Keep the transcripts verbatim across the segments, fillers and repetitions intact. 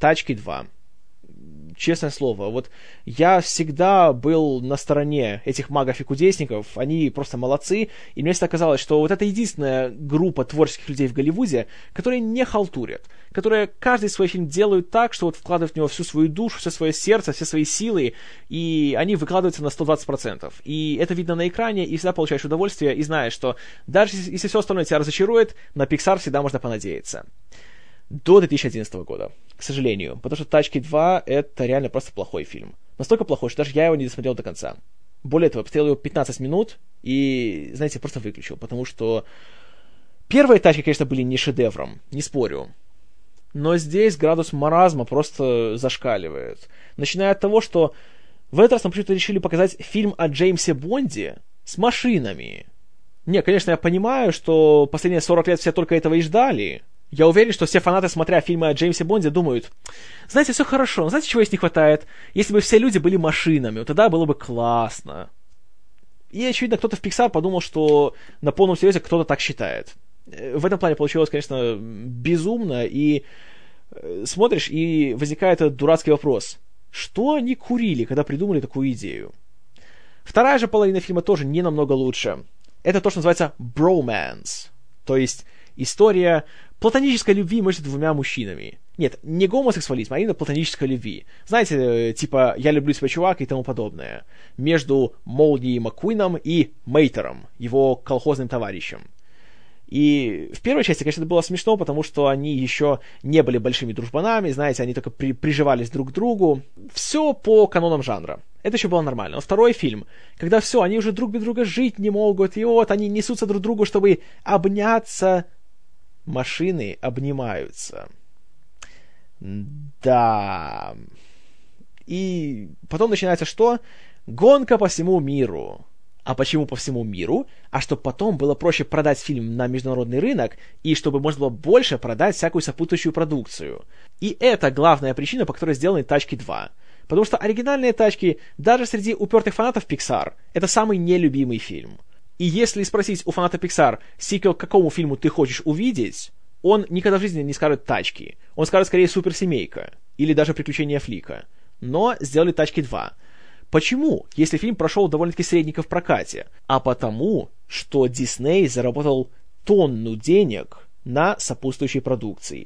«Тачки два». Честное слово, вот я всегда был на стороне этих магов и кудесников, они просто молодцы, и мне всегда казалось, что вот это единственная группа творческих людей в Голливуде, которые не халтурят, которые каждый свой фильм делают так, что вот вкладывают в него всю свою душу, все свое сердце, все свои силы, и они выкладываются на сто двадцать процентов. И это видно на экране, и всегда получаешь удовольствие, и знаешь, что даже если все остальное тебя разочарует, на Pixar всегда можно понадеяться. До две тысячи одиннадцатого года, к сожалению, потому что «Тачки два» — это реально просто плохой фильм. Настолько плохой, что даже я его не досмотрел до конца. Более того, я посмотрел его пятнадцать минут и, знаете, просто выключил, потому что первые «Тачки», конечно, были не шедевром, не спорю. Но здесь градус маразма просто зашкаливает. Начиная от того, что в этот раз нам почему-то решили показать фильм о Джеймсе Бонде с машинами. Не, конечно, я понимаю, что последние сорок лет все только этого и ждали. Я уверен, что все фанаты, смотря фильмы о Джеймсе Бонде, думают, знаете, все хорошо, но знаете, чего здесь не хватает? Если бы все люди были машинами, вот тогда было бы классно. И, очевидно, кто-то в Pixar подумал, что на полном серьезе кто-то так считает. В этом плане получилось, конечно, безумно, и смотришь, и возникает этот дурацкий вопрос. Что они курили, когда придумали такую идею? Вторая же половина фильма тоже не намного лучше. Это то, что называется bromance, то есть история платонической любви между двумя мужчинами. Нет, не гомосексуализм, а именно платонической любви. Знаете, типа «Я люблю тебя, чувак» и тому подобное. Между Молнией Маккуином и Мейтером, его колхозным товарищем. И в первой части, конечно, это было смешно, потому что они еще не были большими дружбанами, знаете, они только при- приживались друг к другу. Все по канонам жанра. Это еще было нормально. Но второй фильм, когда все, они уже друг без друга жить не могут, и вот они несутся друг к другу, чтобы обняться. Машины обнимаются. Да. И потом начинается что? Гонка по всему миру. А почему по всему миру? А чтобы потом было проще продать фильм на международный рынок, и чтобы можно было больше продать всякую сопутствующую продукцию. И это главная причина, по которой сделаны «Тачки два». Потому что оригинальные «Тачки» даже среди упертых фанатов Pixar это самый нелюбимый фильм. И если спросить у фаната Pixar, сиквел к какому фильму ты хочешь увидеть, он никогда в жизни не скажет «Тачки». Он скажет скорее «Суперсемейка» или даже «Приключения Флика». Но сделали «Тачки два». Почему, если фильм прошел довольно-таки средненько в прокате? А потому, что Дисней заработал тонну денег на сопутствующей продукции.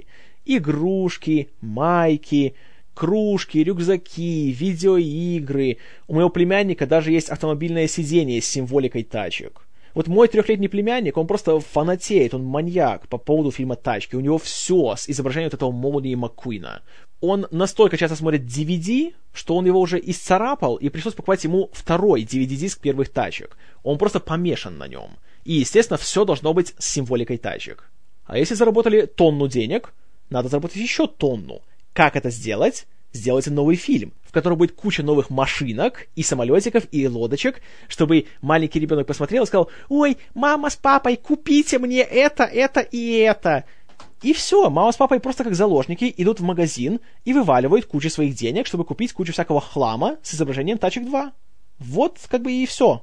Игрушки, майки, кружки, рюкзаки, видеоигры. У моего племянника даже есть автомобильное сиденье с символикой тачек. Вот мой трехлетний племянник, он просто фанатеет, он маньяк по поводу фильма «Тачки». У него все с изображением вот этого Молнии Маккуина. Он настолько часто смотрит ди ви ди, что он его уже исцарапал, и пришлось покупать ему второй ди ви ди-диск первых «Тачек». Он просто помешан на нем. И, естественно, все должно быть с символикой тачек. А если заработали тонну денег, надо заработать еще тонну. Как это сделать? Сделайте новый фильм, в котором будет куча новых машинок, и самолетиков, и лодочек, чтобы маленький ребенок посмотрел и сказал: «Ой, мама с папой, купите мне это, это и это». И все, мама с папой просто как заложники идут в магазин и вываливают кучу своих денег, чтобы купить кучу всякого хлама с изображением «Тачек два». Вот как бы и все.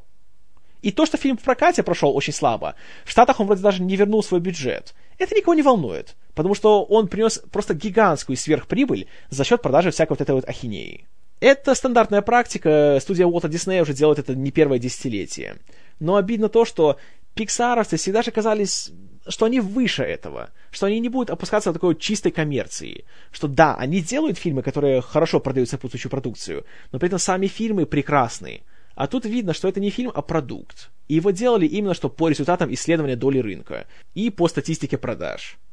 И то, что фильм в прокате прошел очень слабо, в Штатах он вроде даже не вернул свой бюджет. Это никого не волнует, потому что он принес просто гигантскую сверхприбыль за счет продажи всякой вот этой вот ахинеи. Это стандартная практика, студия Уолта Диснея уже делает это не первое десятилетие. Но обидно то, что пиксаровцы всегда же казались, что они выше этого, что они не будут опускаться до такой чистой коммерции, что да, они делают фильмы, которые хорошо продают сопутствующую продукцию, но при этом сами фильмы прекрасные. А тут видно, что это не фильм, а продукт. И его делали именно что по результатам исследования доли рынка и по статистике продаж.